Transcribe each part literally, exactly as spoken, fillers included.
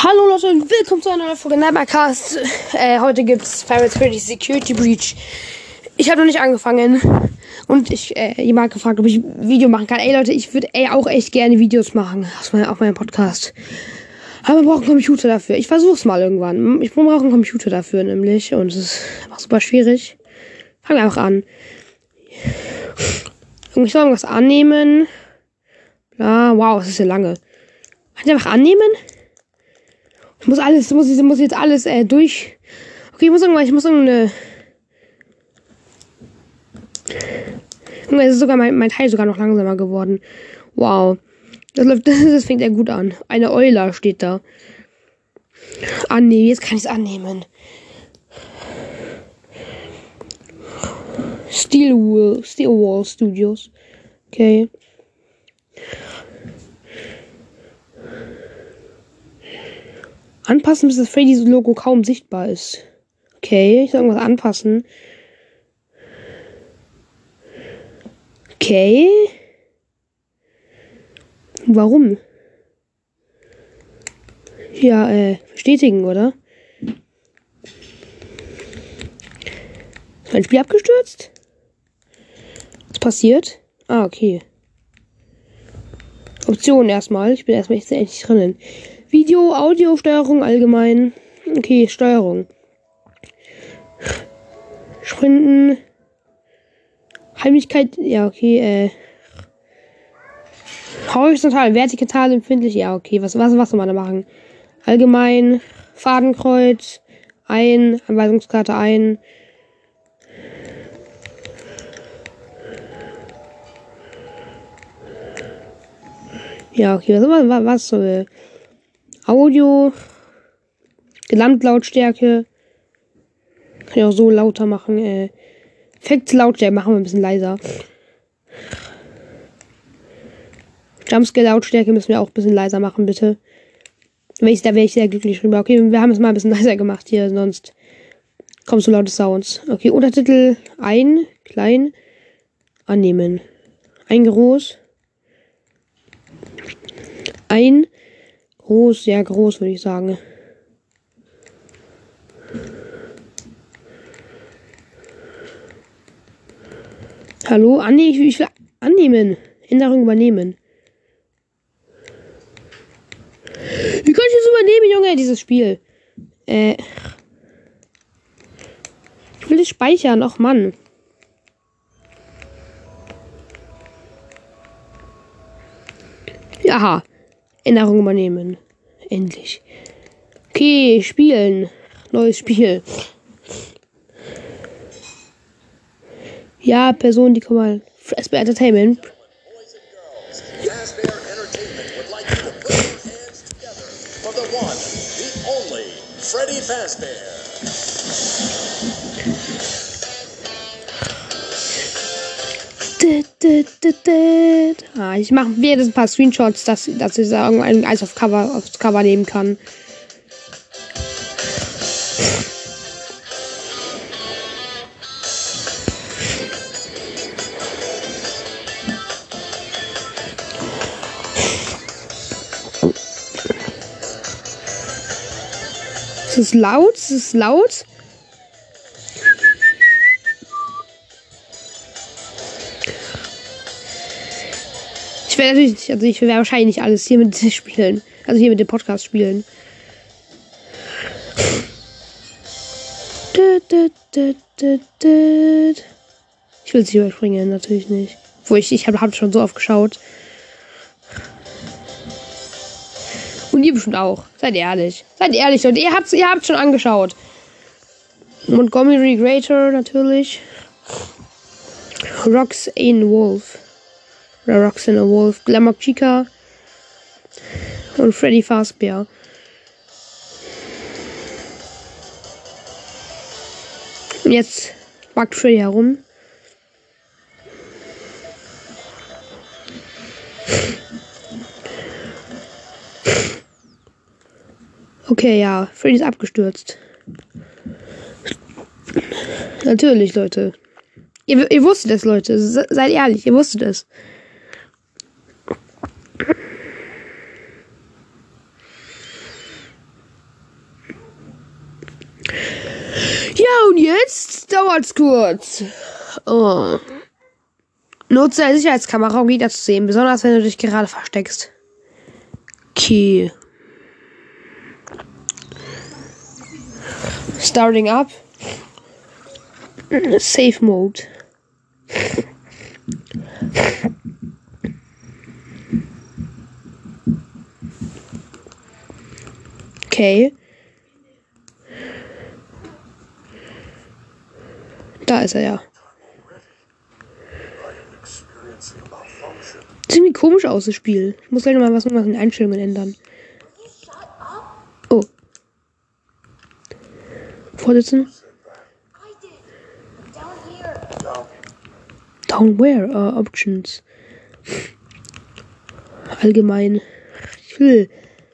Hallo Leute und willkommen zu einer neuen Folge Nightmarecast. Äh, heute gibt's Five Freddy's Security Breach. Ich habe noch nicht angefangen und ich, äh, jemand gefragt, ob ich ein Video machen kann. Ey Leute, ich würde ey auch echt gerne Videos machen auf, mein, auf meinem Podcast. Aber man braucht einen Computer dafür. Ich versuch's mal irgendwann. Ich brauche einen Computer dafür nämlich und es ist einfach super schwierig. Fangen wir einfach an. Ich soll irgendwas annehmen. Bla, wow, es ist ja lange. Kann ich einfach annehmen? Ich muss alles, muss ich muss jetzt alles äh, durch. Okay, ich muss irgendwann, ich muss irgendeine. Es ist sogar mein, mein Teil sogar noch langsamer geworden. Wow. Das läuft, das fängt ja gut an. Eine Eule steht da. Annehmen, jetzt kann ich es annehmen. Steelwall, Steelwall Studios. Okay. Anpassen, bis das Freddy's Logo kaum sichtbar ist. Okay, ich soll irgendwas anpassen. Okay. Warum? Ja, äh, bestätigen, oder? Ist mein Spiel abgestürzt? Was passiert? Ah, okay. Optionen erstmal. Ich bin erstmal echt endlich drinnen. Video, Audio, Steuerung allgemein. Okay, Steuerung. Sprinten. Heimlichkeit, ja, okay, äh. Horizontal, vertikal, empfindlich, ja, okay. Was, was, was soll man da machen? Allgemein, Fadenkreuz, ein, Anweisungskarte ein. Ja, okay, was, was, was soll. Audio, Gesamtlautstärke, kann ich auch so lauter machen, äh, Effektlautstärke machen wir ein bisschen leiser. Jumpscare-Lautstärke müssen wir auch ein bisschen leiser machen, bitte. Wenn ich, da wäre ich sehr glücklich drüber. Okay, wir haben es mal ein bisschen leiser gemacht hier, sonst kommt so laute Sounds. Okay, Untertitel ein, klein, annehmen. Ein groß. Ein groß, sehr groß, würde ich sagen. Hallo? Anne ich, ich will annehmen. Änderung übernehmen. Wie kann ich das übernehmen, Junge, dieses Spiel? Äh. Ich will das speichern. Och, Mann. Aha. Änderung übernehmen. Endlich. Okay, spielen. Neues Spiel. Ja, Person, die kommen mal. Fazbear Entertainment. Fazbear Entertainment would like you to put your hands together for the one, the only Freddy Fazbear. Ah, ich mache mir ein paar Screenshots, dass, dass ich da irgendwann eins auf Cover, aufs Cover nehmen kann. Es ist laut, es ist laut. Ich werde natürlich, also ich werde wahrscheinlich nicht alles hier mit spielen. Also hier mit dem Podcast spielen. Ich will es nicht überspringen, natürlich nicht. Wo ich, ich habe hab schon so oft geschaut. Und ihr bestimmt auch. Seid ehrlich. Seid ehrlich, und ihr habt ihr habt schon angeschaut. Montgomery Greater natürlich. Roxanne Wolf. Oder Roxanne Wolf. Glamour Chica. Und Freddy Fazbear. Und jetzt wagt Freddy herum. Okay, ja, Freddy ist abgestürzt. Natürlich, Leute. Ihr, ihr wusstet es, Leute. Seid ehrlich, ihr wusstet es. Ja, und jetzt dauert's kurz. Oh. Nutze eine Sicherheitskamera, um Gegner zu sehen, besonders wenn du dich gerade versteckst. Okay. Starting up. Safe Mode. Okay. Da ist er ja. Sieht irgendwie komisch aus, das Spiel. Ich muss gleich noch mal was mit den Einstellungen ändern. Oh. Vorsitzend. Down where? Uh, options. Allgemein. Ich will.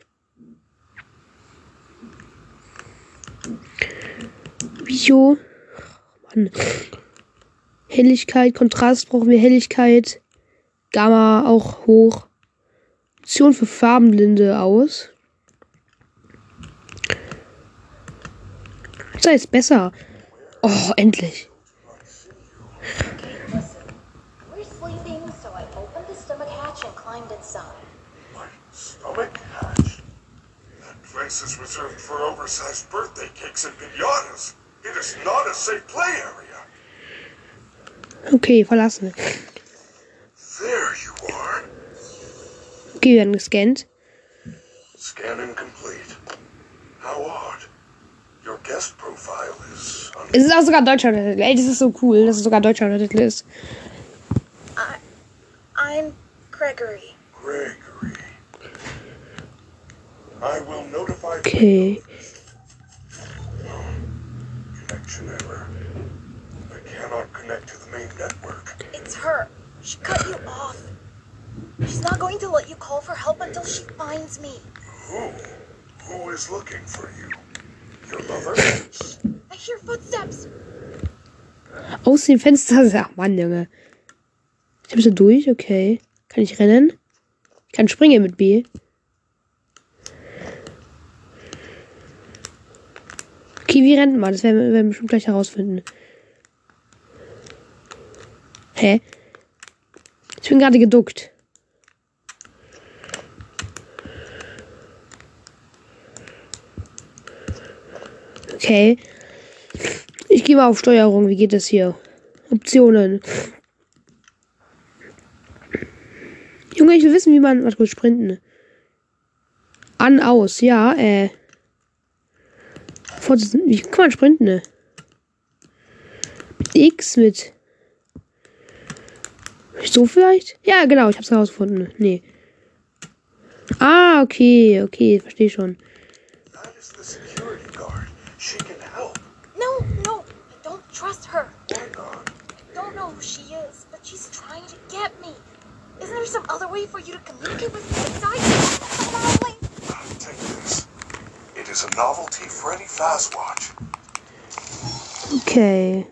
Video. Mann. Helligkeit, Kontrast brauchen wir Helligkeit. Gamma auch hoch. Option für Farbenblinde aus. Das ist besser. Oh, endlich. Place is reserved for oversized birthday cakes and pinatas. It is not a safe play area. Okay, verlassen. There you are. Okay, wir werden gescannt. Scanning complete. How odd. Your guest profile is un- Es ist auch sogar deutscher Untertitel. Ey, das ist so cool, dass es sogar deutscher Untertitel ist. I, I'm Gregory. Gregory. I will notify Okay. Connection error. I cannot connect to the main network. It's her. She cut you off. She's not going to let you call for help until she finds me. Who? Who is looking for you? Your lover? I hear footsteps. Aus dem Fenster. Ach Mann, Junge. Ich bin so durch, okay. Kann ich rennen? Ich kann springen mit B. Okay, wie rennt man? Das werden wir, werden wir bestimmt gleich herausfinden. Hä? Ich bin gerade geduckt. Okay. Ich gehe mal auf Steuerung. Wie geht das hier? Optionen. Junge, ich will wissen, wie man... Warte kurz, sprinten. An, aus. Ja, äh... Wie kann man sprinten? Ne? Mit X, mit... So vielleicht? Ja, genau, ich hab's herausgefunden. Nee. Ah, okay, okay, verstehe schon. That is the security guard. She can help. No, no, I don't trust her. Why not? I don't know who she is, but she's trying to get me. Isn't there some other way for you to communicate with me besides? Take this. It is a novelty Freddy Fazwatch. Okay.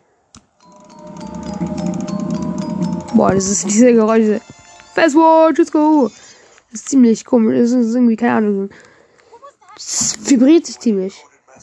Boah, das ist diese Geräusche. Fastwatch, let's go. Das ist ziemlich komisch. Das ist irgendwie, keine Ahnung. Es vibriert sich ziemlich.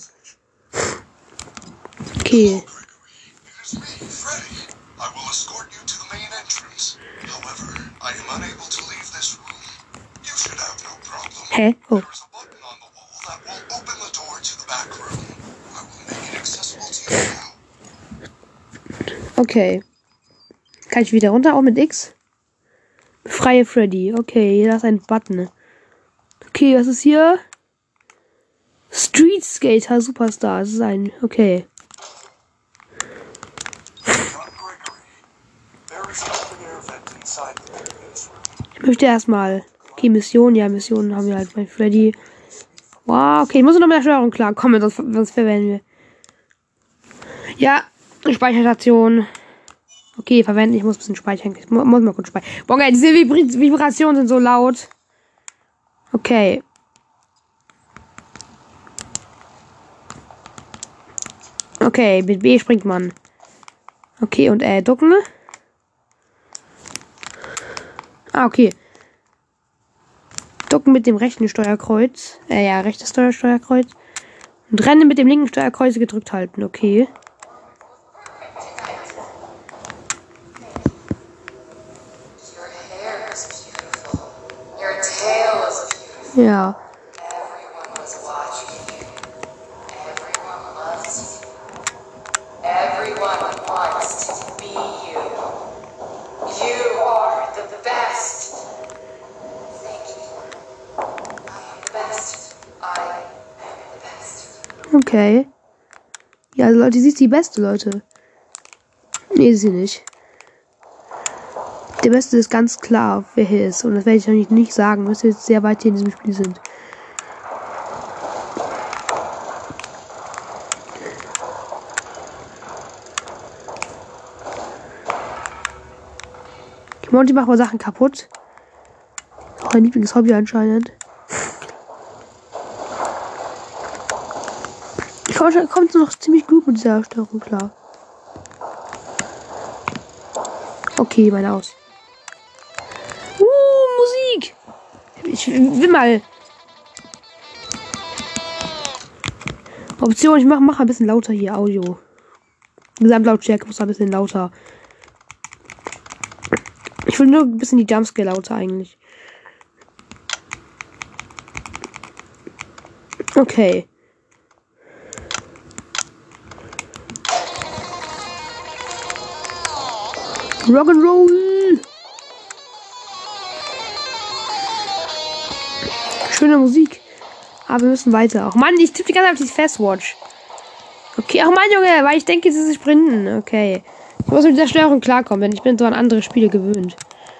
Okay. It is me, Freddy. I will escort you to the main entrance. However, I am unable to leave this room. You should have no problem. Hä? Oh. There is a button on the wall that will open the door to the back room. I will make it accessible to you now. Okay. Kann ich wieder runter, auch mit X? Befreie Freddy. Okay, da ist ein Button. Okay, was ist hier? Street Skater Superstar. Das ist ein... Okay. John Gregory. There is an open air vent inside the maintenance room. Ich möchte erstmal... Okay, Mission. Ja, Missionen haben wir halt bei Freddy. Wow, okay, ich muss noch mit der Steuerung klarkommen, sonst, sonst verwenden wir. Ja, Speicherstation. Okay, verwenden, ich muss ein bisschen speichern. Ich muss mal kurz speichern. Boah, geil, diese Vibri- Vibrationen sind so laut. Okay. Okay, mit B springt man. Okay, und äh, ducken. Ah, okay. Ducken mit dem rechten Steuerkreuz. Äh, ja, rechtes Steuer Steuerkreuz. Und rennen mit dem linken Steuerkreuz gedrückt halten. Okay. Ja. Everyone was watching you. Everyone loves you. Everyone wants to be you. You are the best. Thank you. I am the best. I am the best. Okay. Ja, also Leute, sie ist die beste, Leute. Nee, ist sie nicht. Der Beste ist ganz klar, wer hier ist. Und das werde ich euch nicht sagen, bis wir jetzt sehr weit hier in diesem Spiel sind. Monty macht mal Sachen kaputt. Auch ein Lieblingshobby anscheinend. Ich komme kommt noch ziemlich gut mit dieser Steuerung klar. Okay, meine aus. Uh, Musik! Ich will mal. Option, ich mache mach ein bisschen lauter hier, Audio. Gesamtlautstärke muss ein bisschen lauter. Ich will nur ein bisschen die Jumpscare lauter eigentlich. Okay. Rock'n'Roll. Schöne Musik. Aber wir müssen weiter. Ach Mann, ich tippe die ganze Zeit auf die Fastwatch. Okay, ach Mann, Junge, weil ich denke, sie ist sprinten. Okay. Ich muss mit dieser Steuerung klarkommen, denn ich bin so an andere Spiele gewöhnt.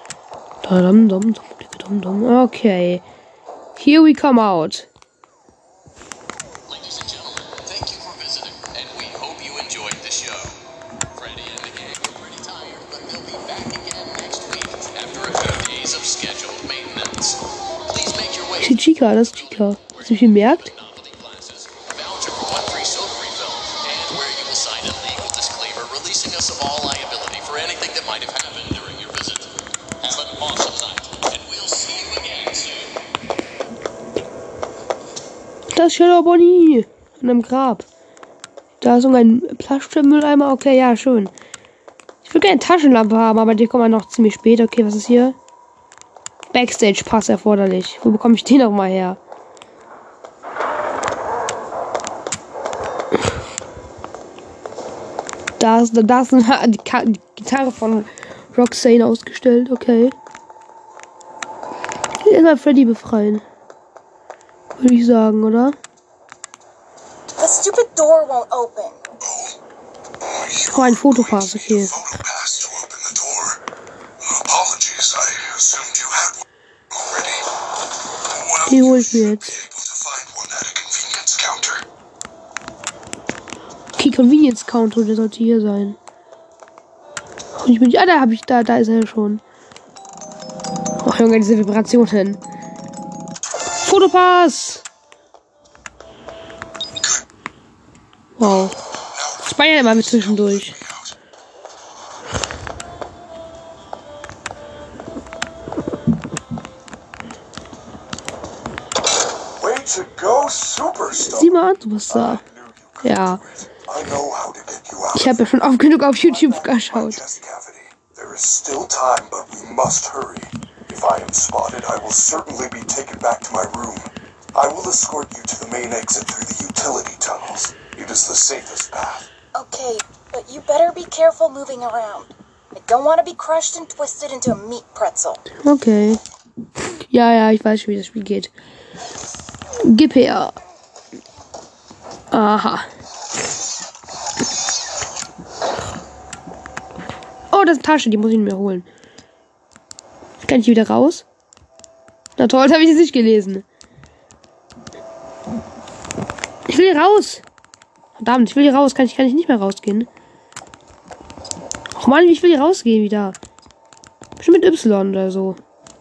Okay. Here we come out. Ladies and gentlemen, thank you for visiting, and we hope you enjoyed the show. Freddy and the gang are pretty tired, but they'll be back again next week after a few days of scheduled maintenance. Please make your way Ich sehe Chica, das ist Chica. Hast du mich bemerkt? Monopoly classes, voucher for one free soda refill, and where you will sign a legal disclaimer releasing us of all liability for anything that might have happened during your visit. Have an awesome night, and we'll see you again soon. Das ist Shadow Bonnie an einem Grab. Da ist irgendein Plastikmülleimer. Okay, ja, schön. Ich würde gerne eine Taschenlampe haben, aber die kommen noch ziemlich spät. Okay, was ist hier? Backstage-Pass erforderlich. Wo bekomme ich den noch mal her? Da ist, da ist eine, die, die Gitarre von Roxane ausgestellt. Okay. Ich will erstmal Freddy befreien. Würde ich sagen, oder? The stupid door won't open. Oh, ein Fotopass, okay. Photopass to open the door. Apologies, I assumed you had one already. Well, Die hole ich mir jetzt. able to find one at a convenience counter. Okay, Convenience Counter, der sollte hier sein. Und ich bin. Ah, da habe ich. Da, da ist er schon. Ach, Junge, diese Vibrationen. Fotopass! Wow. Speichern immer mit zwischendurch. Way to go, superstar. Sieh mal an, du bist da. Ja. I know how to get you out. Ich habe ja schon oft genug auf YouTube geschaut. Chest cavity. There is still time, but we must hurry. If I am spotted, I will certainly be taken back to my room. I will escort you to the main exit through the utility tunnels. It is the safest path. Okay, but you better be careful moving around. I don't want to be crushed and twisted into a meat pretzel. Okay. Ja, ja, ich weiß schon, wie das Spiel geht. Gib her. Aha. Oh, das ist eine Tasche, die muss ich mir holen. Kann ich wieder raus? Na toll, das habe ich jetzt nicht gelesen. Ich will hier raus. Verdammt, ich will hier raus. Kann ich, kann ich nicht mehr rausgehen? Och Mann, ich will hier rausgehen wieder. Bestimmt mit Y oder so.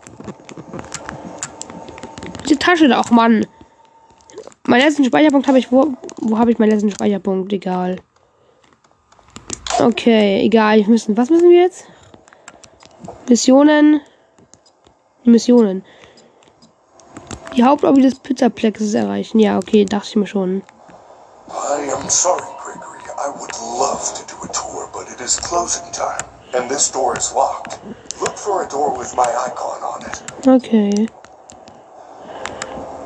Die Tasche da, auch Mann. Meinen letzten Speicherpunkt habe ich. Wo, wo habe ich meinen letzten Speicherpunkt? Egal. Okay, egal. Wir müssen. Was müssen wir jetzt? Missionen. Missionen. Die Hauptlobby des Pizzaplexes erreichen. Ja, okay, dachte ich mir schon. I am sorry, Gregory. I would love to do a tour, but it is closing time. And this door is locked. Look for a door with my icon on it. Okay.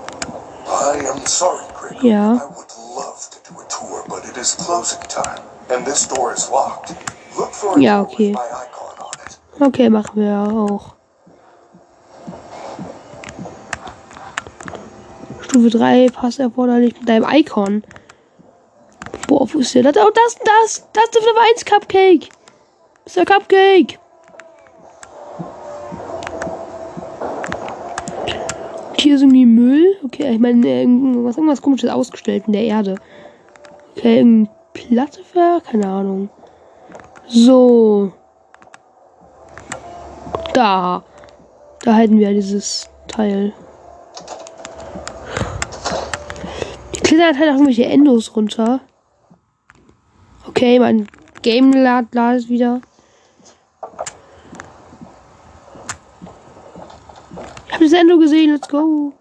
I am sorry, Gregory. Ja. I would love to do a tour, but it is closing time, and this door is locked. Look for a Ja, door okay. with my icon on it. Okay, machen wir auch. Stufe drei, Pass erforderlich mit deinem Icon. Boah, wo ist der? Das, oh, das, das, das ist Level eins Cupcake. Das ist der Cupcake. Hier ist irgendwie Müll. Okay, ich meine, irgendwas, irgendwas komisches ausgestellt in der Erde. Okay, irgendein Platte für? Keine Ahnung. So. Da. Da halten wir dieses Teil. Die klettert halt auch irgendwelche Endos runter. Okay, mein Game ladet wieder. Ich habe das Endo gesehen, let's go.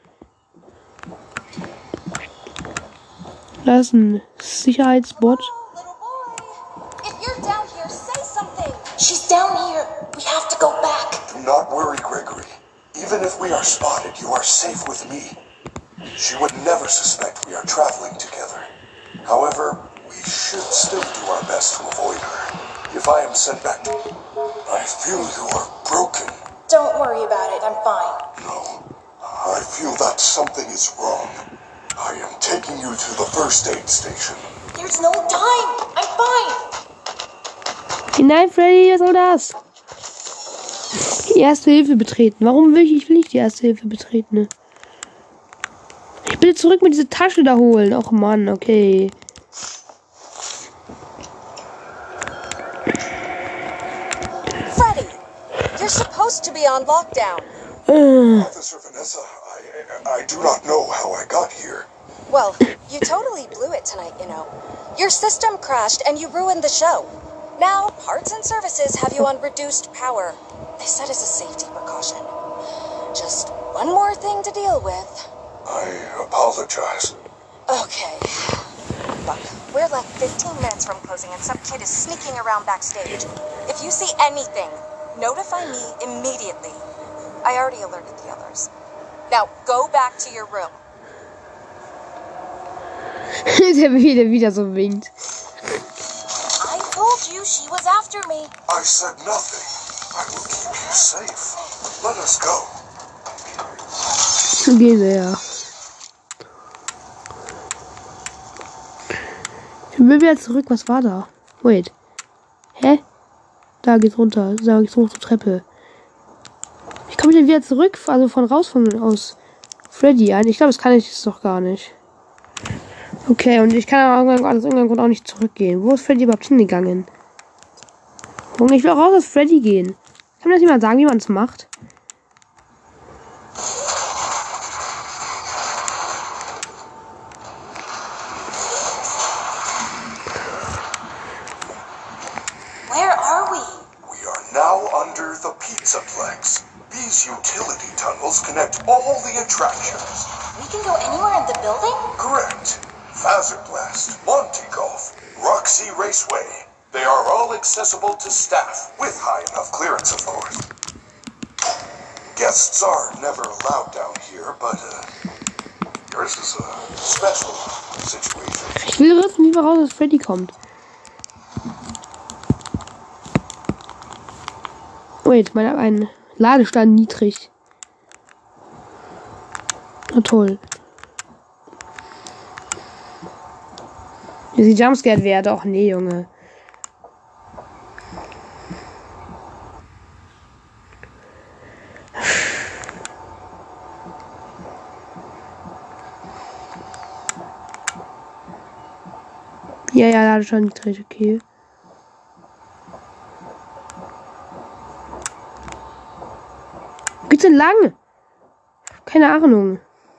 Da ist ein Sicherheitsbot. Little boy. If you're down here, say something. She's down here. We have to go back. Do not worry, Gregory. Even if we are spotted, you are safe with me. She would never suspect we are traveling together. However, we should still do our best to avoid her. If I am sent back to... I feel you are broken. Don't worry about it. I'm fine. No, I feel that something is wrong. I am taking you to the first aid station. There's no time. I'm fine. Nein, Freddy, was soll das? Die Erste Hilfe betreten. Warum will ich, ich will nicht die Erste Hilfe betreten? Ne? Ich will zurück mit dieser Tasche da holen. Och Mann, okay. Freddy, you're supposed to be on lockdown. Äh, Officer Vanessa, I, I do not know how I got here. Well, you totally blew it tonight, you know. Your system crashed and you ruined the show. Now, parts and services have you on reduced power. They said as a safety precaution. Just one more thing to deal with. I apologize. Okay. Look, we're like fifteen minutes from closing and some kid is sneaking around backstage. If you see anything, notify me immediately. I already alerted the others. Now, go back to your room. der wieder, wieder so winkt. I told you she was after me. I said nothing. I will keep you safe. Let us go. Gehen wir ja. Ich will wieder zurück. Was war da? Wait. Hä? Da geht's runter. Da geht's hoch zur Treppe. Wie komme ich denn wieder zurück? Also von raus von aus Freddy ein. Ich glaube, das kann ich jetzt doch gar nicht. Okay, und ich kann aus irgendeinem Grund auch nicht zurückgehen. Wo ist Freddy überhaupt hingegangen? Junge, ich will auch raus aus Freddy gehen. Kann mir das jemand sagen, wie man es macht? Where are we? We are now under the Pizzaplex. These utility tunnels connect all the attractions. We can go anywhere in the building? Correct. Hazard Blast, Monte Golf, Roxy Raceway. They are all accessible to staff, with high enough clearance, of course. Guests are never allowed down here, but uh, yours is a special situation. Ich will wissen, wie wir raus aus Freddy kommt. Wait, mein ein Ladestand niedrig. Na toll. Wie sie jumpscared wäre, doch nee, Junge. Ja, ja, Ladestand niedrig, okay. Wo geht's denn lang? Keine Ahnung.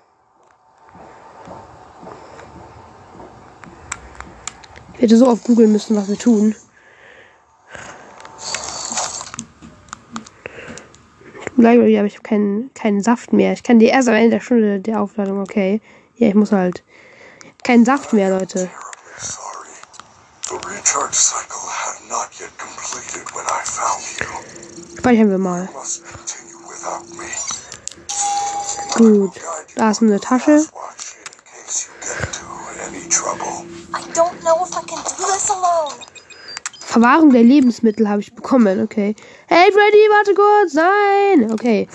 Ich hätte so oft googeln müssen, was wir tun. Leider, aber ich habe keinen, keinen Saft mehr. Ich kann die erst am Ende der Stunde der Aufladung, okay. Ja, ich muss halt. Keinen Saft mehr, Leute. Sorry. The recharge cycle had not yet completed when I found you. Speichern wir mal. Must continue without me. Gut. Da ist eine Tasche. Watch. case you get into any trouble. I don't know if I can do this alone. Verwahrung der Lebensmittel habe ich bekommen, okay. Hey Freddy, warte kurz, nein! Okay.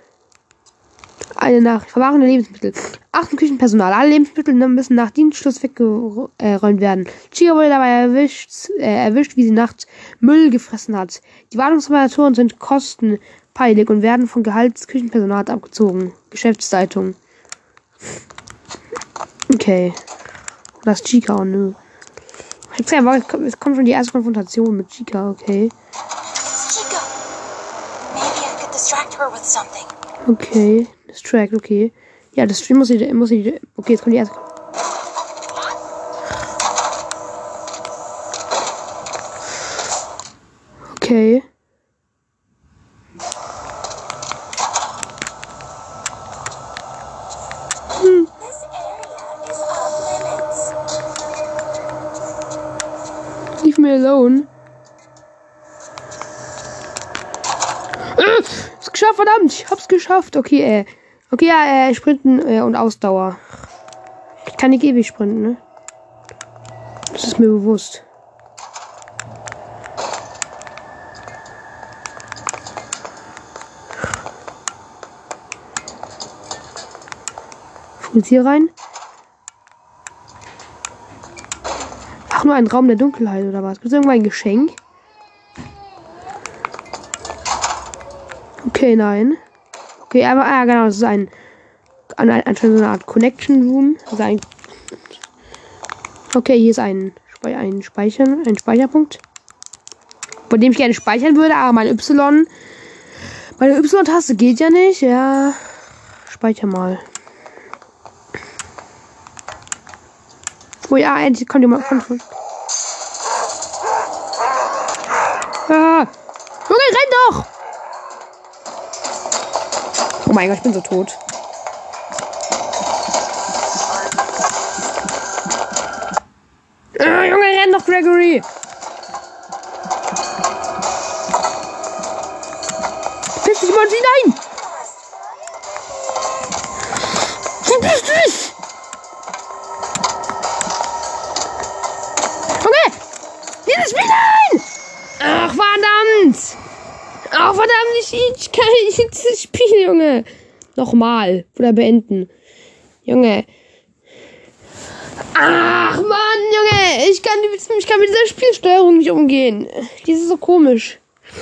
Eine Nachricht. Verwahrung der Lebensmittel. Achtung Küchenpersonal. Alle Lebensmittel müssen nach Dienstschluss weggeräumt werden. Chica wurde dabei erwischt, äh, erwischt, wie sie nachts Müll gefressen hat. Die Wartungstemperaturen sind kostenpeilig und werden von Gehalt des Küchenpersonals abgezogen. Geschäftsleitung. Okay. Das ist Chica, oh nö. Es kommt schon die erste Konfrontation mit Chica, okay. It's Chica. Maybe I could distract her with something. Okay, distract, okay. Ja, das Stream muss ich, muss ich, okay, jetzt kommt die erste. Okay. Hm. Leave me alone. Äh, ist geschafft, verdammt, ich hab's geschafft. Okay, äh. Okay, ja, äh, Sprinten äh, und Ausdauer. Ich kann nicht ewig sprinten, ne? Das ist mir bewusst. Fuß hier rein. Ach, nur ein Raum der Dunkelheit oder was? Gibt es irgendwo ein Geschenk? Okay, nein. Okay, aber ah, genau, das ist ein anscheinend so eine Art Connection Room. Also ein okay, hier ist ein, Spe ein Speichern, ein Speicherpunkt, bei dem ich gerne speichern würde, aber mein Y, meine Y-Taste geht ja nicht. Ja, speicher mal. Oh ja, endlich kommt jemand von. Ah, Junge, renn doch! Oh mein Gott, ich bin so tot. Ah, Junge, renn doch, Gregory! Piss dich mal hinein! Verpiss dich! Junge! Dieses Spiel nein! Ach, verdammt! Ach, verdammt, ich, ich kann nicht dieses Spiel, Junge. Nochmal. Oder beenden. Junge. Ach, Mann, Junge. Ich kann, ich kann mit dieser Spielsteuerung nicht umgehen. Die ist so komisch.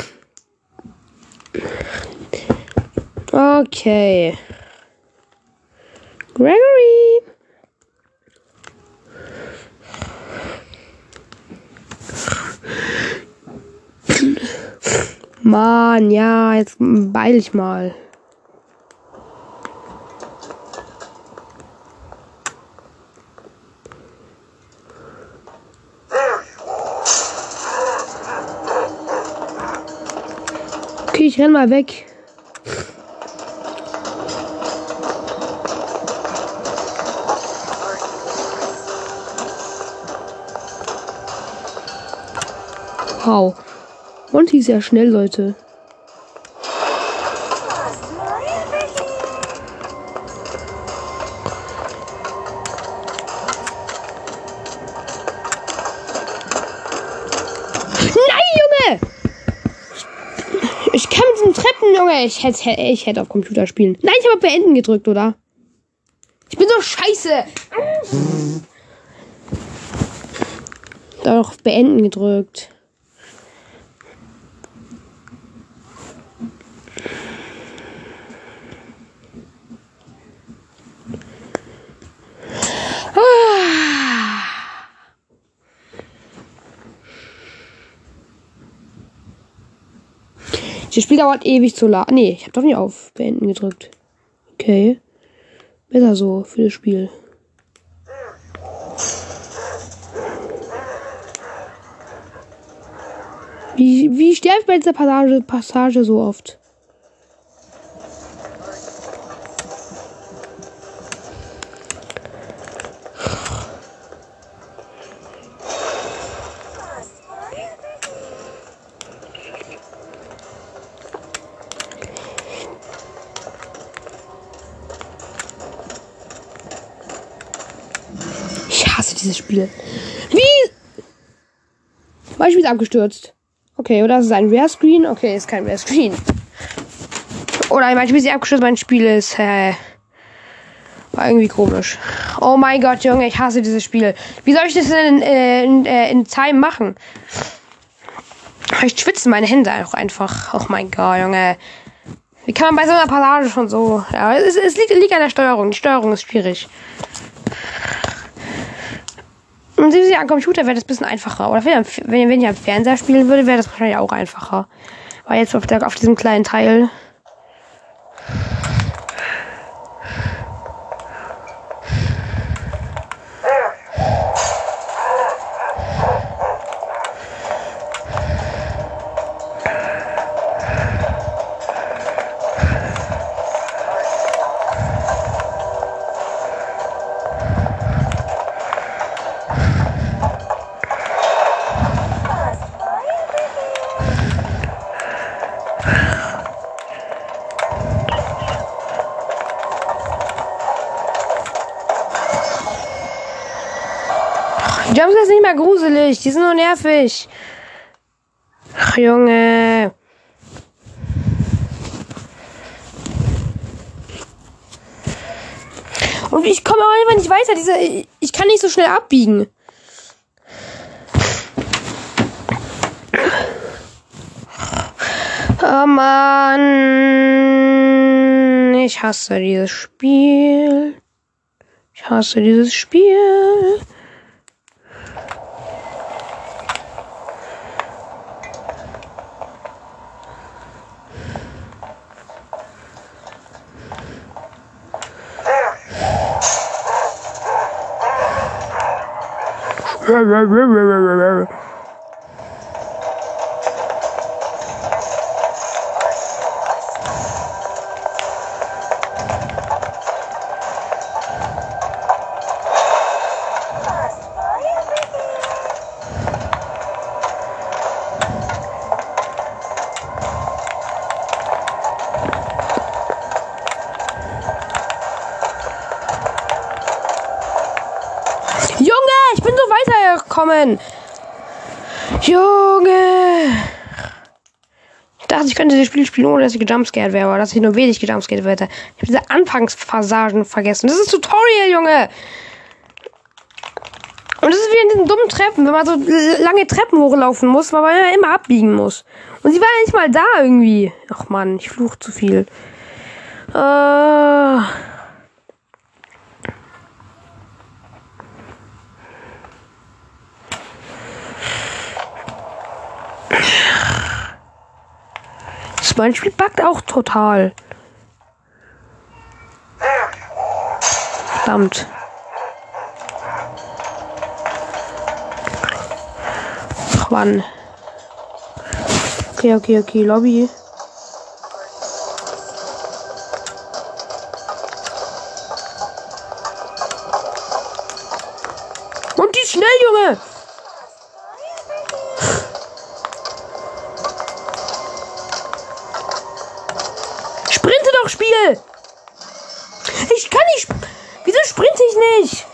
Okay. Gregory. Mann, ja, jetzt beeil ich mal. Okay, ich renn mal weg. Wow. Und die ist ja schnell, Leute. Nein, Junge! Ich kann mit den Treppen, Junge. Ich hätte, ich hätte auf Computer spielen. Nein, ich habe beenden gedrückt, oder? Ich bin so scheiße. Doch, beenden gedrückt. Das Spiel dauert ewig zu laden. Nee, ich habe doch nicht auf Beenden gedrückt. Okay. Besser so für das Spiel. Wie, wie sterbe ich bei dieser Passage, Passage so oft? Ich hasse dieses Spiel. Wie? Mein Spiel ist abgestürzt. Okay, oder ist es ein Rare Screen? Okay, ist kein Rare Screen. Oder mein Spiel ist abgestürzt, mein Spiel ist, äh, war irgendwie komisch. Oh mein Gott, Junge, ich hasse dieses Spiel. Wie soll ich das denn in, äh, in, äh, in Time machen? Ich schwitze meine Hände auch einfach. Oh mein Gott, Junge. Wie kann man bei so einer Passage schon so... Ja, es, es liegt, liegt an der Steuerung. Die Steuerung ist schwierig. Und sehen Sie, am Computer wäre das ein bisschen einfacher. Oder wenn, wenn, wenn ich am Fernseher spielen würde, wäre das wahrscheinlich auch einfacher. Weil jetzt auf, der, auf diesem kleinen Teil... Die Jumpscares sind nicht mehr gruselig, die sind nur nervig. Ach, Junge. Und ich komme auch einfach nicht weiter. Diese, ich kann nicht so schnell abbiegen. Oh Mann. Ich hasse dieses Spiel. Ich hasse dieses Spiel. Ich bin so weitergekommen. Junge. Ich dachte, ich könnte dieses Spiel spielen, ohne dass ich gejumpscared wäre, aber dass ich nur wenig gejumpscared werde. Ich habe diese Anfangspassagen vergessen. Das ist Tutorial, Junge. Und das ist wie in diesen dummen Treppen, wenn man so lange Treppen hochlaufen muss, weil man ja immer abbiegen muss. Und sie war ja nicht mal da irgendwie. Ach Mann, ich fluch zu viel. Äh... Mein Spiel buggt auch total. Verdammt. Ach Mann. Okay, okay, okay, Lobby. Und die ist schnell, Junge! Spiel! Ich kann nicht. Wieso sprinte ich nicht?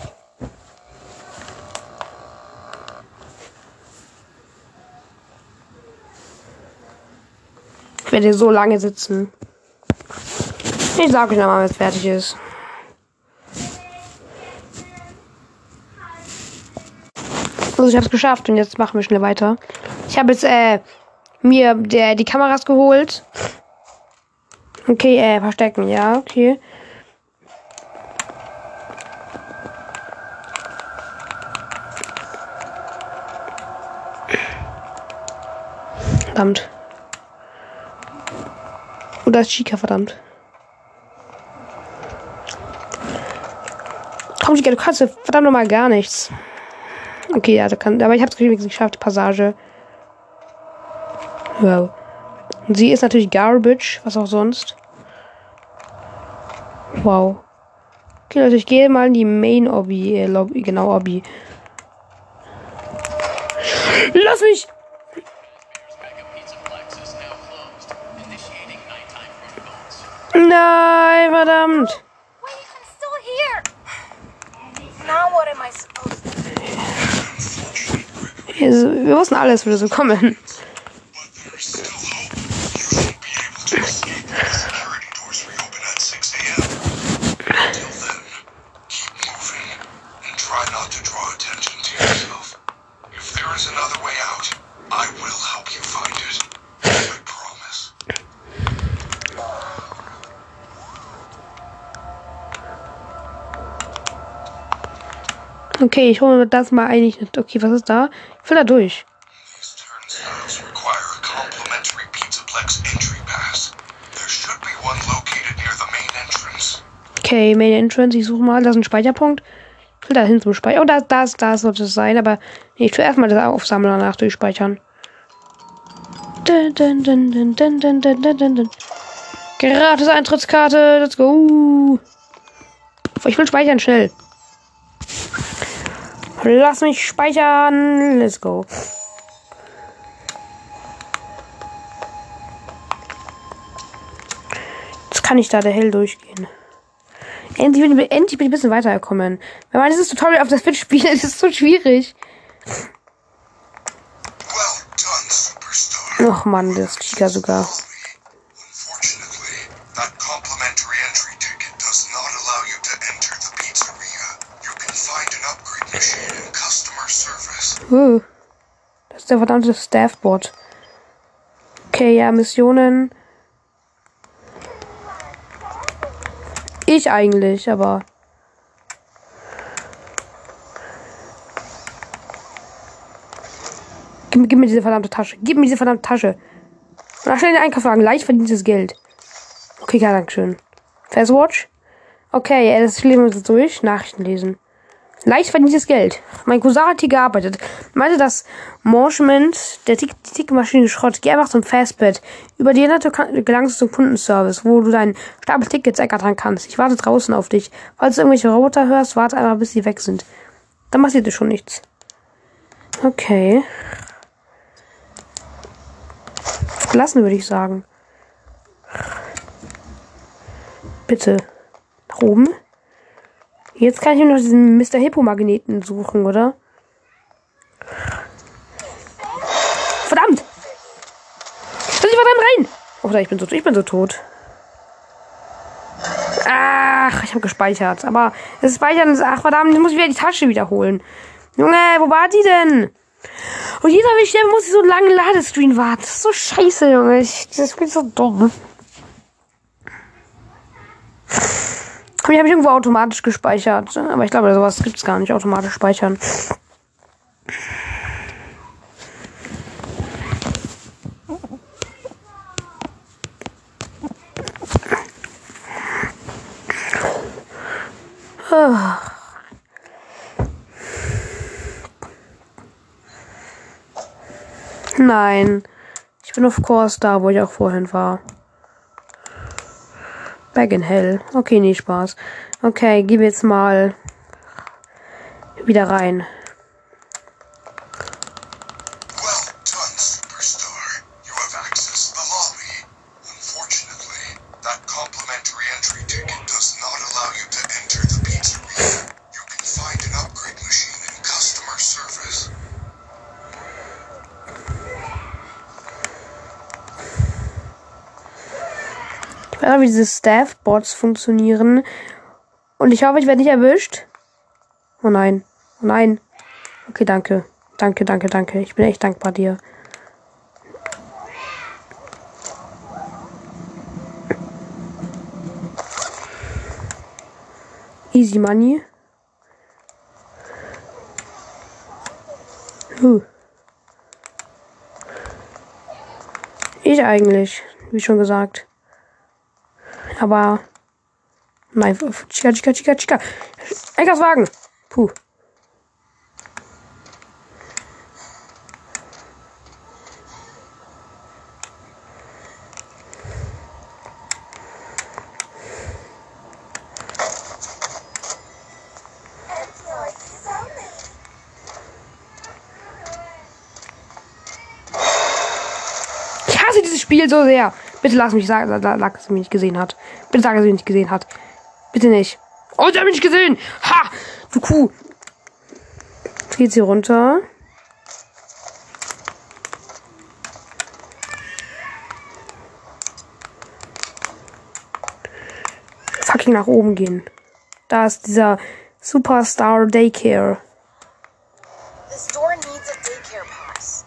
Ich werde so lange sitzen. Ich sage euch nochmal, wenn es fertig ist. Also ich habe es geschafft und jetzt machen wir schnell weiter. Ich habe jetzt äh, mir der, die Kameras geholt. Okay, äh, verstecken, ja, okay. Verdammt. Oh, da ist Chica, verdammt. Komm, Chica, du kannst verdammt nochmal gar nichts. Okay, ja, da kann, aber ich hab's wenigstens geschafft, Passage. Wow. Und sie ist natürlich Garbage, was auch sonst. Wow. Okay, Leute, ich gehe mal in die Main Obby, äh, Lobby, genau, Obby. Lass mich! Nein, verdammt! Wait, I'm still here. Not what am I supposed to do? Also, wir wussten alles, würde so kommen. But there's still hope. You should be able to escape when the security doors reopen at six a.m. Until then, keep moving and try not to draw attention to yourself. If there is another way out, I will help you find it. I promise. Okay, ich hole mir das mal eigentlich nicht. Okay, was ist da? Ich will da durch. These turnstiles require a complimentary Pizzaplex entry pass. There should be one located near the main entrance. Okay, Main Entrance, ich suche mal. Da ist ein Speicherpunkt. Ich will da hin zum Speichern. Oh, da, da, da sollte es sein, aber nee, ich will erstmal das aufsammeln und danach durchspeichern. Dun, dun, dun, dun, dun, dun, dun, dun, dun. Gratis Eintrittskarte, let's go. Ich will speichern, schnell. Lass mich speichern. Let's go. Jetzt kann ich da der Hell durchgehen. Endlich bin, ich, endlich bin ich ein bisschen weitergekommen. Wenn man dieses Tutorial auf der Switch spielt, ist es so schwierig. Well done, superstar. Och man, das ist Chica sogar. Unfortunately, that complimentary entry ticket does not allow you to enter the pizzeria. You can find an upgrade machine in customer service. Uh, das ist der verdammte Staffbot. Okay, ja, Missionen. Ich eigentlich, aber... Gib, gib mir diese verdammte Tasche. Gib mir diese verdammte Tasche. Und schnell den Einkaufswagen. Leicht verdientes Geld. Okay, ja, dankeschön. Fastwatch. Okay, ja, das lesen wir jetzt durch. Nachrichten lesen. Leicht verdientes Geld. Mein Cousin hat hier gearbeitet. Meinte, das Management der Tick die Ticketmaschine Schrott. Geh einfach zum Fastbed. Über die Internete gelangst du zum Kundenservice, wo du deinen Stapel Tickets ergattern kannst. Ich warte draußen auf dich. Falls du irgendwelche Roboter hörst, warte einfach, bis sie weg sind. Dann passiert dir schon nichts. Okay. Verlassen, würde ich sagen. Bitte. Nach oben. Jetzt kann ich nur noch diesen Mister Hippo-Magneten suchen, oder? Verdammt! Lass ich verdammt rein! Oder ich bin so, ich bin so tot. Ach, ich habe gespeichert. Aber das Speichern ist... Ach, verdammt, ich muss wieder die Tasche wiederholen. Junge, wo war die denn? Und jeder, wenn ich sterbe, muss ich so einen langen Ladescreen warten. Das ist so scheiße, Junge. Ich, das Spiel ist so dumm. Ich habe mich irgendwo automatisch gespeichert. Aber ich glaube, sowas gibt es gar nicht. Automatisch speichern. Nein. Ich bin of course da, wo ich auch vorhin war. Back in Hell. Okay, nee, Spaß. Okay, gib jetzt mal wieder rein. Well done, superstar. You have accessed the lobby. Unfortunately, that complimentary entry ticket does not allow you to enter the pizzeria. You can find an upgrade machine in customer service. Ich weiß auch, wie diese Staff-Bots funktionieren. Und ich hoffe, ich werde nicht erwischt. Oh nein. Oh nein. Okay, danke. Danke, danke, danke. Ich bin echt dankbar dir. Easy Money. Huh. Ich eigentlich, wie schon gesagt. Aber... Nein, Chica, Chica, Chica, Chica. Einkaufswagen. Puh. Ich hasse dieses Spiel so sehr. Bitte lass mich sagen, dass sie mich nicht gesehen hat. Bitte sag, dass sie mich nicht gesehen hat. Bitte nicht. Oh, sie hat mich nicht gesehen. Ha! Du Kuh. geht's hier runter. Fucking nach oben gehen. Da ist dieser Superstar Daycare. This door needs a daycare pass.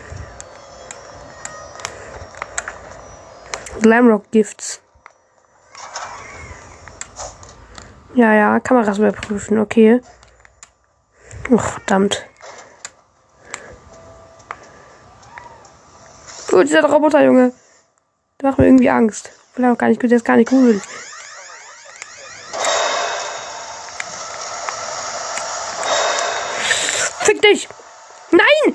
Glamrock Gifts. Ja, ja, Kameras überprüfen, okay. Oh, verdammt. Gut, dieser Roboter, Junge. Der macht mir irgendwie Angst. Ich will auch gar nicht, der ist gar nicht cool. Fick dich! Nein!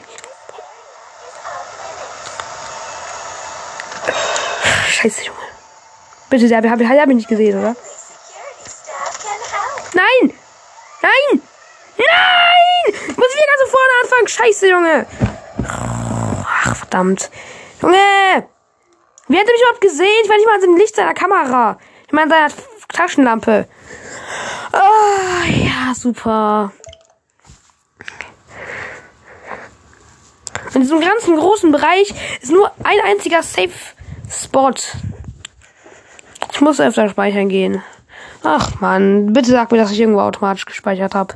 Scheiße, Junge. Bitte, der habe hab ich nicht gesehen, oder? Nein! Nein! Nein! Muss ich wieder ganz von vorne anfangen? Scheiße, Junge! Ach, verdammt. Junge! Wie hat er mich überhaupt gesehen? Ich war nicht mal im Licht seiner Kamera. Ich meine, seiner Taschenlampe. Oh, ja, super. In diesem ganzen großen Bereich ist nur ein einziger Safe-Spot. Ich muss öfter speichern gehen. Ach man, bitte sag mir, dass ich irgendwo automatisch gespeichert habe.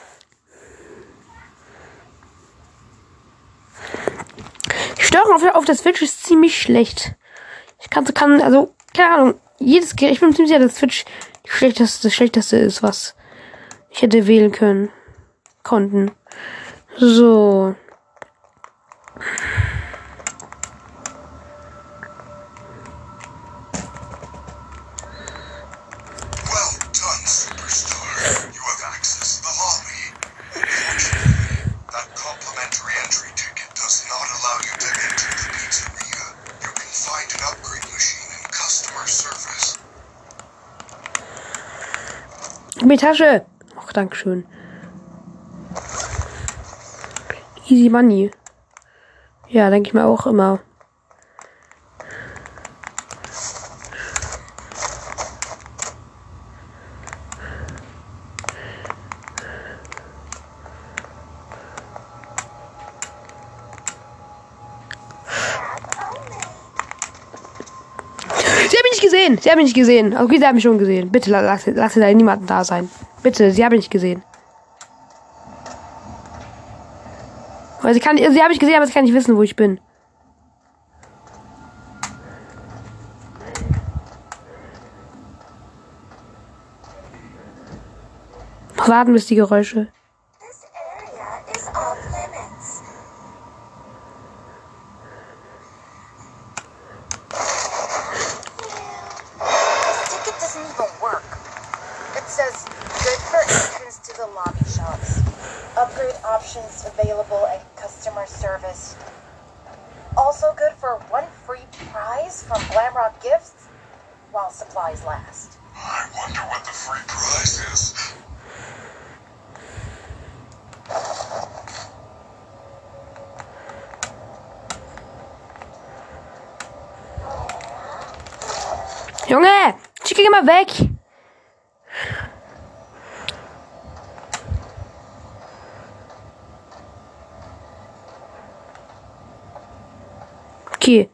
Die Steuerung auf, auf der Switch ist ziemlich schlecht. Ich kann, kann also, keine Ahnung, jedes Gerät, ich bin ziemlich sicher, dass Switch die schlechteste, das schlechteste ist, was ich hätte wählen können. Konnten. So. Die Tasche. Ach, dankeschön. Easy Money. Ja, denke ich mir auch immer. Sie haben mich nicht gesehen. Sie haben mich nicht gesehen. Okay, sie haben mich schon gesehen. Bitte lass, lass da niemanden da sein. Bitte, sie haben mich nicht gesehen. Aber sie kann, sie habe ich gesehen, aber sie kann nicht wissen, wo ich bin. Warten bis die Geräusche. This area is off limits. This ticket doesn't even work. It says good for entrance to the lobby shops. Upgrade options available at customer service. Also good for one free prize from Glamrock Gifts while supplies last. I wonder what the free prize is. Junge, schick ihn mal weg. Okay.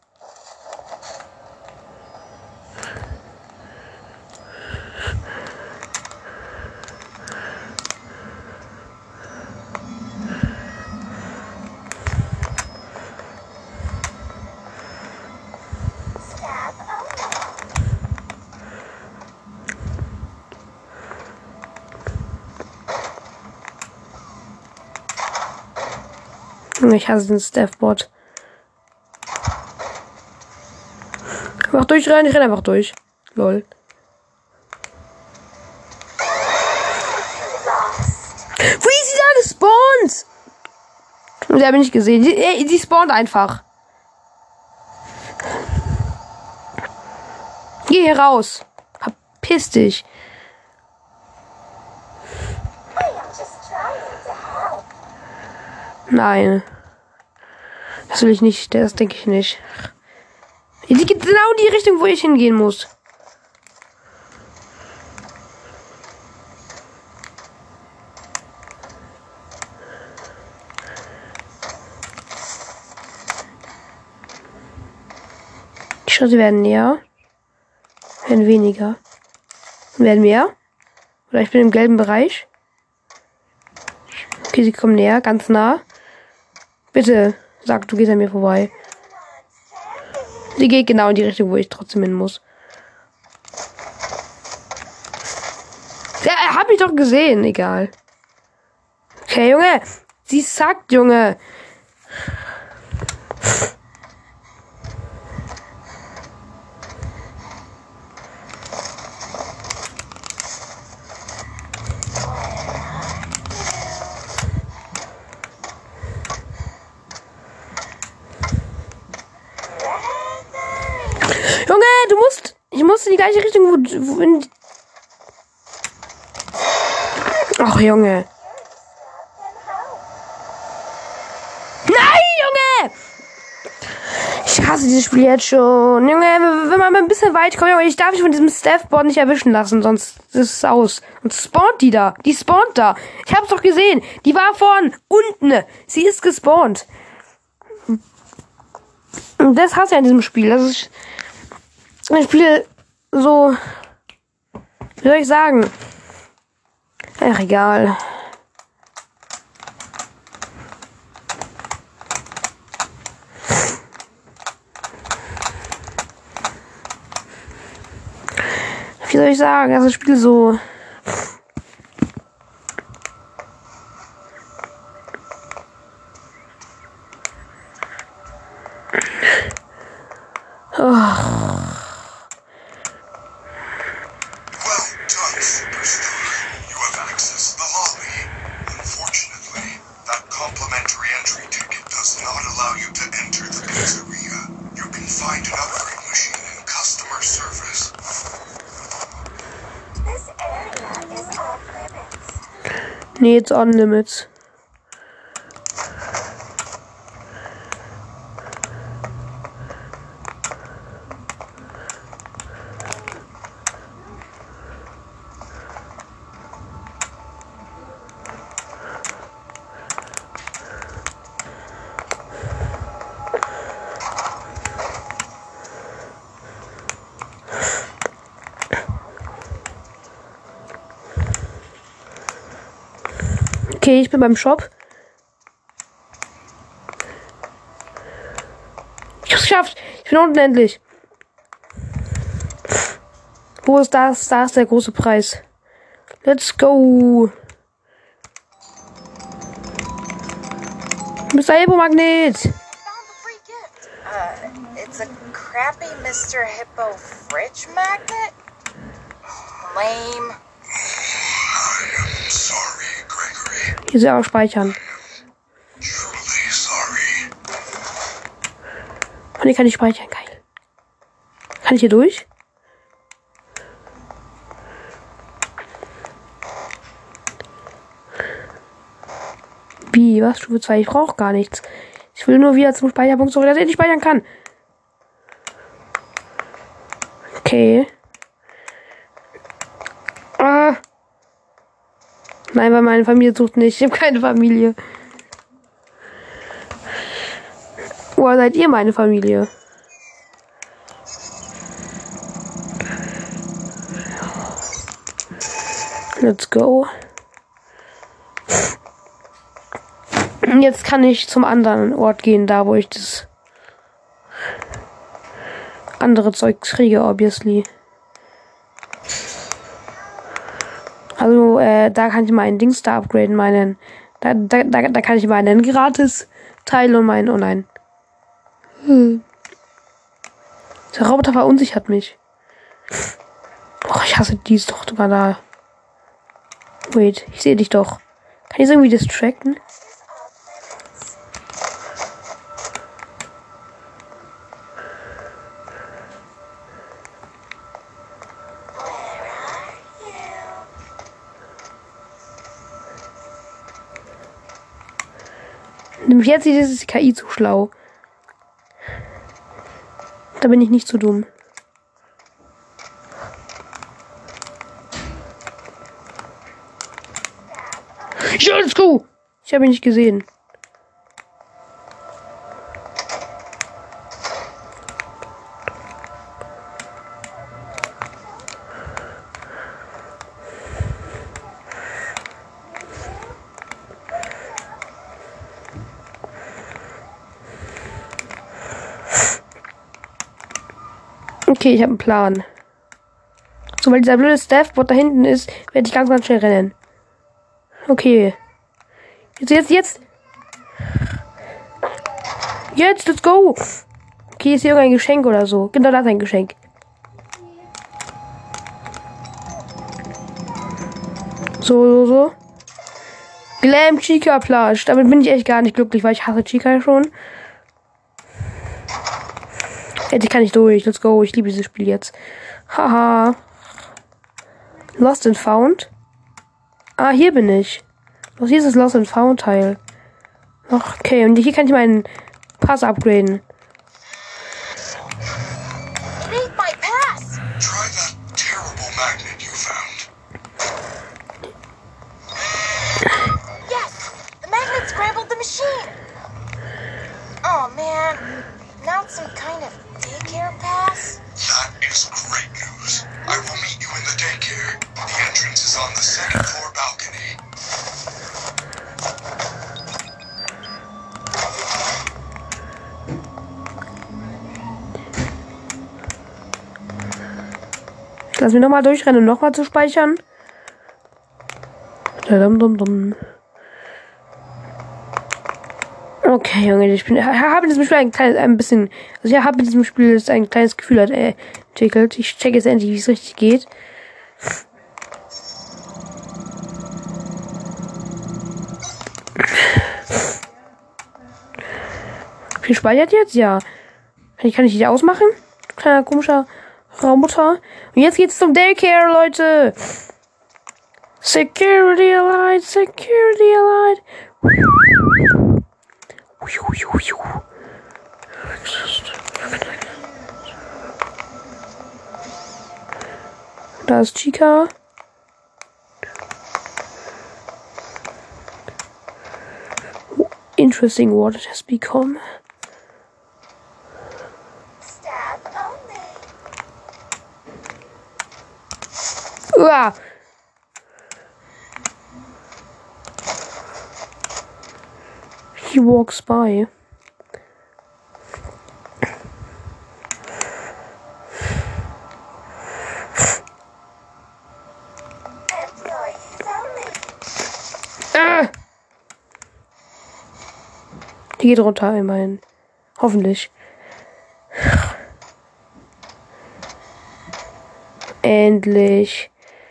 Ich hasse den Staffbot. Einfach durchrennen, ich renne einfach durch. Lol. Wo ist sie da gespawnt? Und der habe ich nicht gesehen. Die, äh, die spawnt einfach. Geh hier raus. Verpiss dich. Nein. Das will ich nicht. Das denke ich nicht. Die geht genau in die Richtung, wo ich hingehen muss. Schritte werden näher. Werden weniger. Werden mehr. Oder ich bin im gelben Bereich. Okay, sie kommen näher, ganz nah. Bitte, sag, du gehst an mir vorbei. Sie geht genau in die Richtung, wo ich trotzdem hin muss. Ja, er hat mich doch gesehen, egal. Okay, Junge. Sie sagt, Junge. Junge, du musst... Ich muss in die gleiche Richtung, wo... wo in Ach, Junge. Nein, Junge! Ich hasse dieses Spiel jetzt schon. Junge, wenn man mal ein bisschen weit kommt, Junge, ich darf mich von diesem Staffboard nicht erwischen lassen, sonst ist es aus. Und spawnt die da. Die spawnt da. Ich hab's doch gesehen. Die war von unten. Sie ist gespawnt. Und das hasse ich an diesem Spiel. Das ist ein Spiel so... Wie soll ich sagen? Ach, egal. Wie soll ich sagen? Das Spiel so... Oh. Nee, it's on limits. Okay, ich bin beim Shop. Ich hab's geschafft. Ich bin unten endlich. Wo ist das? Da ist der große Preis. Let's go. Mister Hippo-Magnet. Found the free gift. Uh, it's a crappy Mister Hippo fridge magnet? Lame. Sorry, Gregory. Hier soll auch speichern. Truly sorry. Und hier kann ich speichern. Geil. Kann ich hier durch? Wie? Was? Stufe zwei? Ich brauche gar nichts. Ich will nur wieder zum Speicherpunkt zurück, dass ich nicht speichern kann. Okay. Ah. Nein, weil meine Familie sucht nicht. Ich habe keine Familie. Woher seid ihr meine Familie? Let's go. Jetzt kann ich zum anderen Ort gehen, da wo ich das andere Zeug kriege, obviously. Also, äh, da kann ich meinen Dings da upgraden, meinen. Da, da, da, da kann ich meinen gratis Teil und meinen. Oh nein. Hm. Der Roboter verunsichert mich. Oh, ich hasse die, ist doch sogar da. Wait, ich sehe dich doch. Kann ich es irgendwie distracten? Nämlich jetzt ist die K I zu schlau. Da bin ich nicht zu dumm. Let's go! Ich habe ihn nicht gesehen. Okay, ich habe einen Plan. Sobald dieser blöde Staff-Bot da hinten ist, werde ich ganz, ganz schnell rennen. Okay. Jetzt, jetzt, jetzt. Jetzt, let's go. Okay, ist hier irgendein Geschenk oder so. Genau, das ist ein Geschenk. So, so, so. Glam Chica Plush. Damit bin ich echt gar nicht glücklich, weil ich hasse Chica schon. Endlich kann ich durch. Let's go. Ich liebe dieses Spiel jetzt. Haha. Lost and Found. Ah, hier bin ich. Was hier ist das Lost and Found Teil. Ach, okay, und hier kann ich meinen Pass upgraden. Read my pass! Try that terrible magnet you found. Yes! The magnet scrambled the machine! Oh man, now it's some kind of daycare pass? That is great news. I will meet you in the daycare. The entrance is on the second floor balcony. Ich lass mich nochmal durchrennen, um nochmal zu speichern. Okay, Junge, ich bin, habe in diesem Spiel ein kleines, ein bisschen, also ich habe in diesem Spiel ein kleines Gefühl hat, äh, entwickelt. Ich check jetzt endlich, wie es richtig geht. Wie speichert jetzt? Ja. Kann ich, kann ich die ausmachen? Kleiner komischer Roboter. Und jetzt geht's zum Daycare, Leute. Security Light, Security Light. Da ist Chica. Interesting what it has become. Uah. He walks by. Ah. Die geht runter, immerhin. Hoffentlich. Endlich.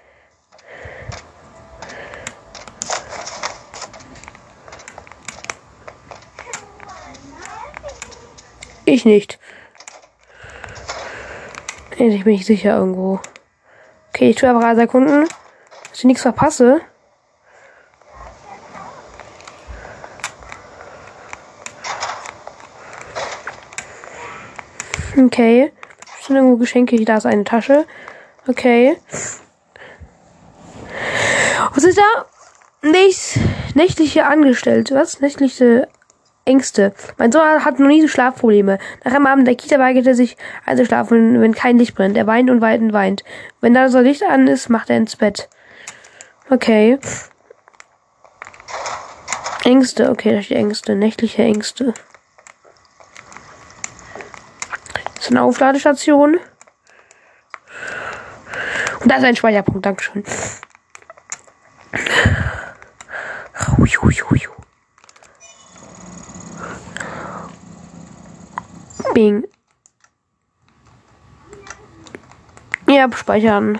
Ich nicht. Endlich bin ich sicher irgendwo. Okay, ich tue einfach alle Sekunden, dass ich nichts verpasse. Okay. Sind irgendwo Geschenke? Da ist eine Tasche. Okay. Was ist da? Nichts. Nächtliche Angestellte. Was? Nächtliche Ängste. Mein Sohn hat noch nie so Schlafprobleme. Nach einem Abend in der Kita weigert er sich einzuschlafen, wenn kein Licht brennt. Er weint und weint und weint. Wenn da so Licht an ist, macht er ins Bett. Okay. Ängste. Okay, das steht Ängste. Nächtliche Ängste. Das ist eine Aufladestation. Und da ist ein Speicherpunkt. Dankeschön. Bing. Ja, speichern.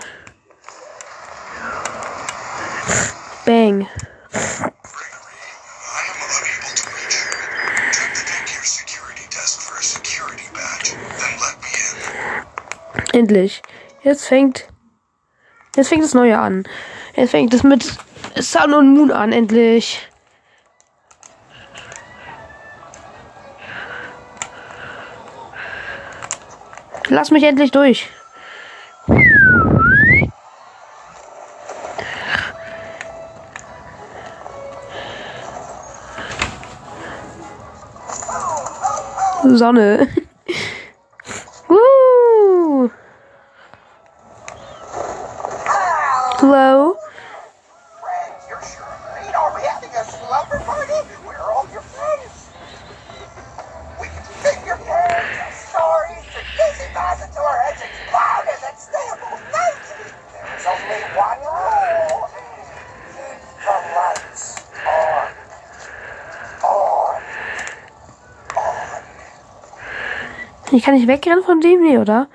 Bang. Endlich. Jetzt fängt. Jetzt fängt das Neue an. Jetzt fängt es mit Sun und Moon an, endlich. Lass mich endlich durch. Sonne. Woo. Hello. Friends, you're sure great. Are we having a slumber party? Where are all your friends? We can sing your parents stories and Disney pass it to our heads. Ich kann nicht wegrennen von dem, nee, oder?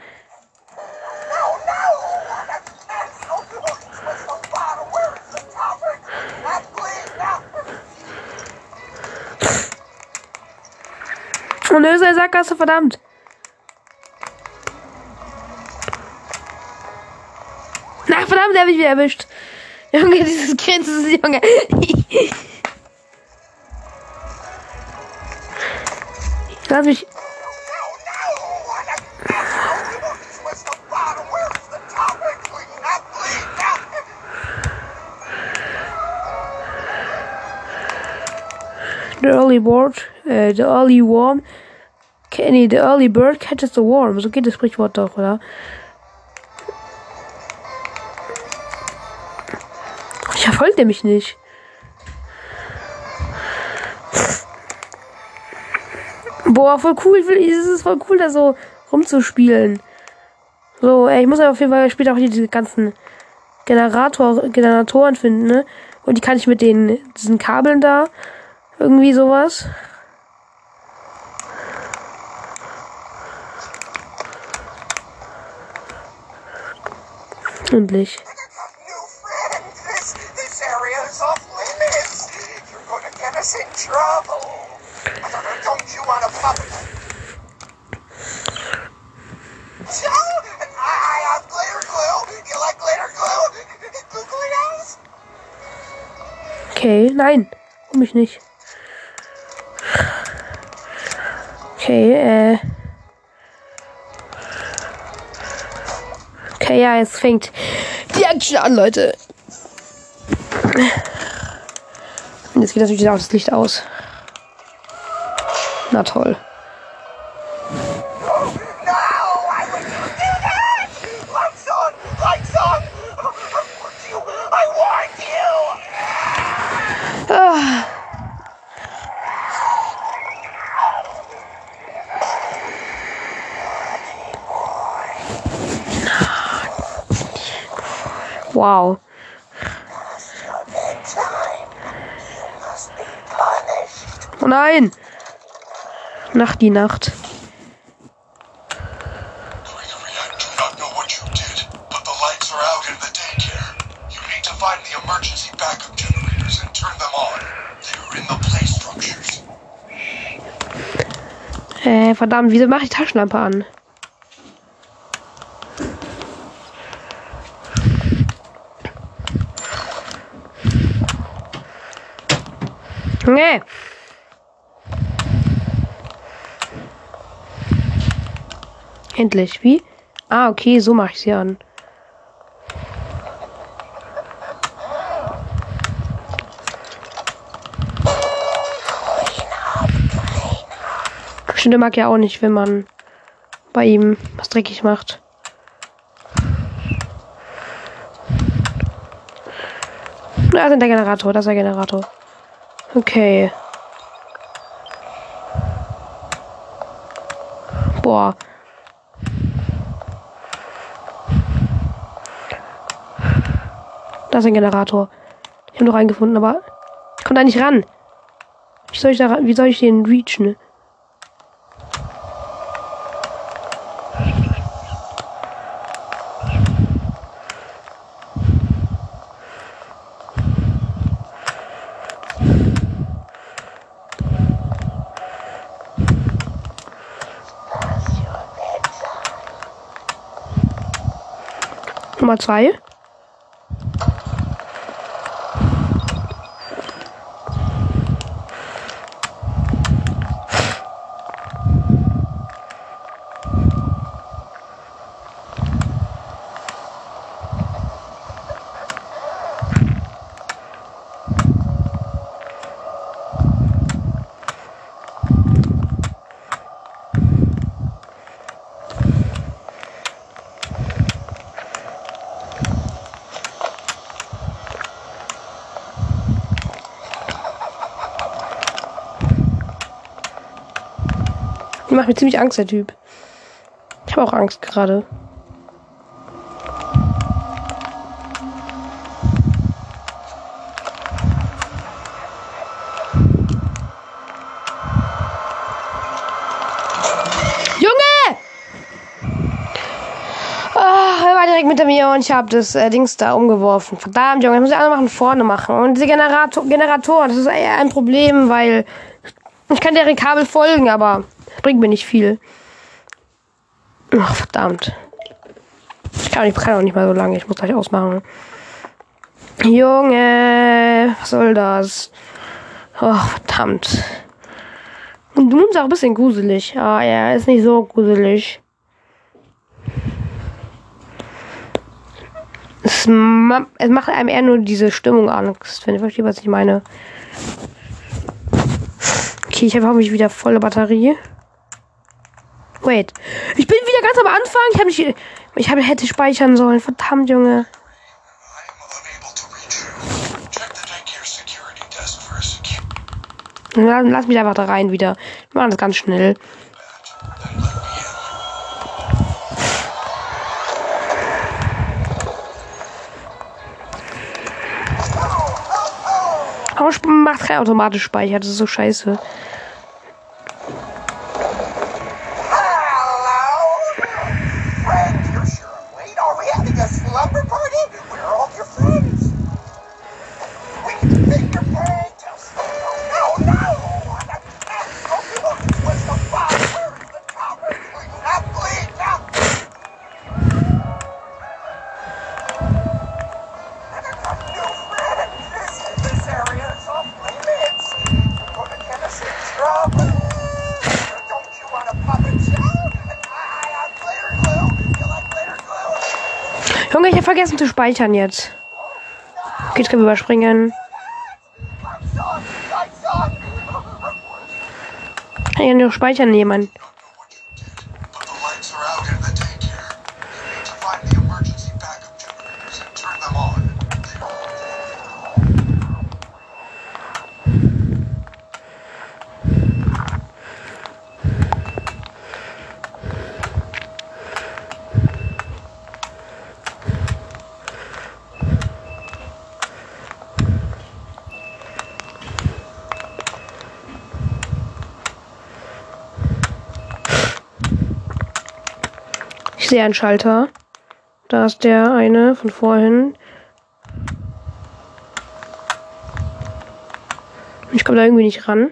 Und da ist eine Sackgasse, verdammt. Na, verdammt, der hab ich wieder erwischt. Junge, dieses Kind ist Junge. Lass mich. The early bird, äh, the early worm, nee, the early bird catches the worm. So geht das Sprichwort doch, oder? Ich verfolgt er mich nicht. Boah, voll cool. Es ist voll cool, da so rumzuspielen. So, ey, ich muss aber auf jeden Fall später auch hier diese ganzen Generator, Generatoren finden, ne? Und die kann ich mit den, diesen Kabeln da, irgendwie sowas. Endlich. Okay, nein, komm ich nicht. Okay, äh. Okay, ja, jetzt fängt die Action an, Leute. Und jetzt geht natürlich auch das Licht aus. Na toll. Ah. Wow. Oh nein! Nacht die Nacht. Äh, verdammt, wieso mache ich die Taschenlampe an? Nee. Endlich. Wie? Ah, okay, so mache ich sie an. Bestimmt mag ja auch nicht, wenn man bei ihm was dreckig macht. Da ist der Generator, das ist der Generator. Okay. Boah. Da ist ein Generator. Ich habe noch einen gefunden, aber ich komme da nicht ran. Wie soll ich da ran? Wie soll ich den reachen? Nummer zwei. Die macht mir ziemlich Angst, der Typ. Ich habe auch Angst gerade. Junge! direkt hinter mir und ich habe das äh, Dings da umgeworfen. Verdammt, Junge, ich muss die anderen machen vorne machen. Und diese Generator, Generator, das ist eher ein Problem, weil ich kann deren Kabel folgen, aber bringt mir nicht viel. Ach, verdammt. Ich kann, ich kann auch nicht mal so lange, ich muss gleich ausmachen. Junge, was soll das? Oh, verdammt. Und du ist auch ein bisschen gruselig. Ah, er ist nicht so gruselig. Es, ma es macht einem eher nur diese Stimmung Angst, wenn ihr versteht, was ich meine. Okay, ich habe mich wieder volle Batterie. Wait. Ich bin wieder ganz am Anfang. Ich habe nicht. Ich hab, hätte speichern sollen. Verdammt, Junge. Lass, lass mich einfach da rein wieder. Wir machen das ganz schnell. Aber macht kein automatisch Speicher. Das ist so scheiße. Junge, ich habe vergessen zu speichern jetzt. Okay, jetzt können wir überspringen. Kann ich ja noch speichern, jemand. Ich sehe einen Schalter. Da ist der eine von vorhin. Ich komme da irgendwie nicht ran.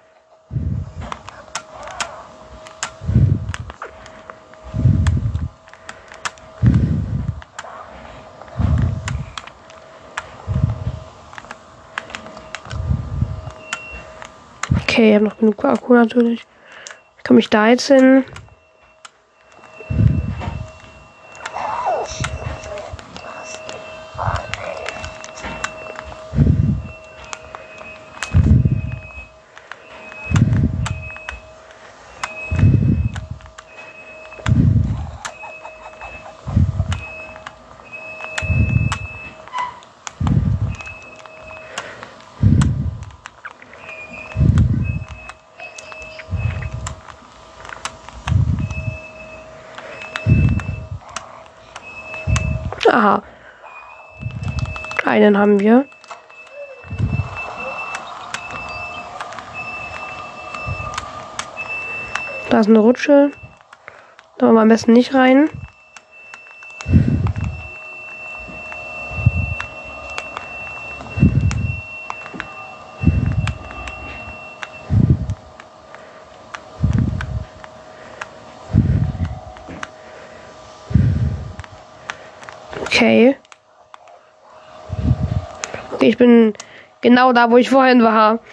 Okay, ich habe noch genug Akku natürlich. Ich komme ich da jetzt hin. Aha. Einen haben wir. Da ist eine Rutsche. Da wollen wir am besten nicht rein. Okay. Okay, ich bin genau da, wo ich vorhin war.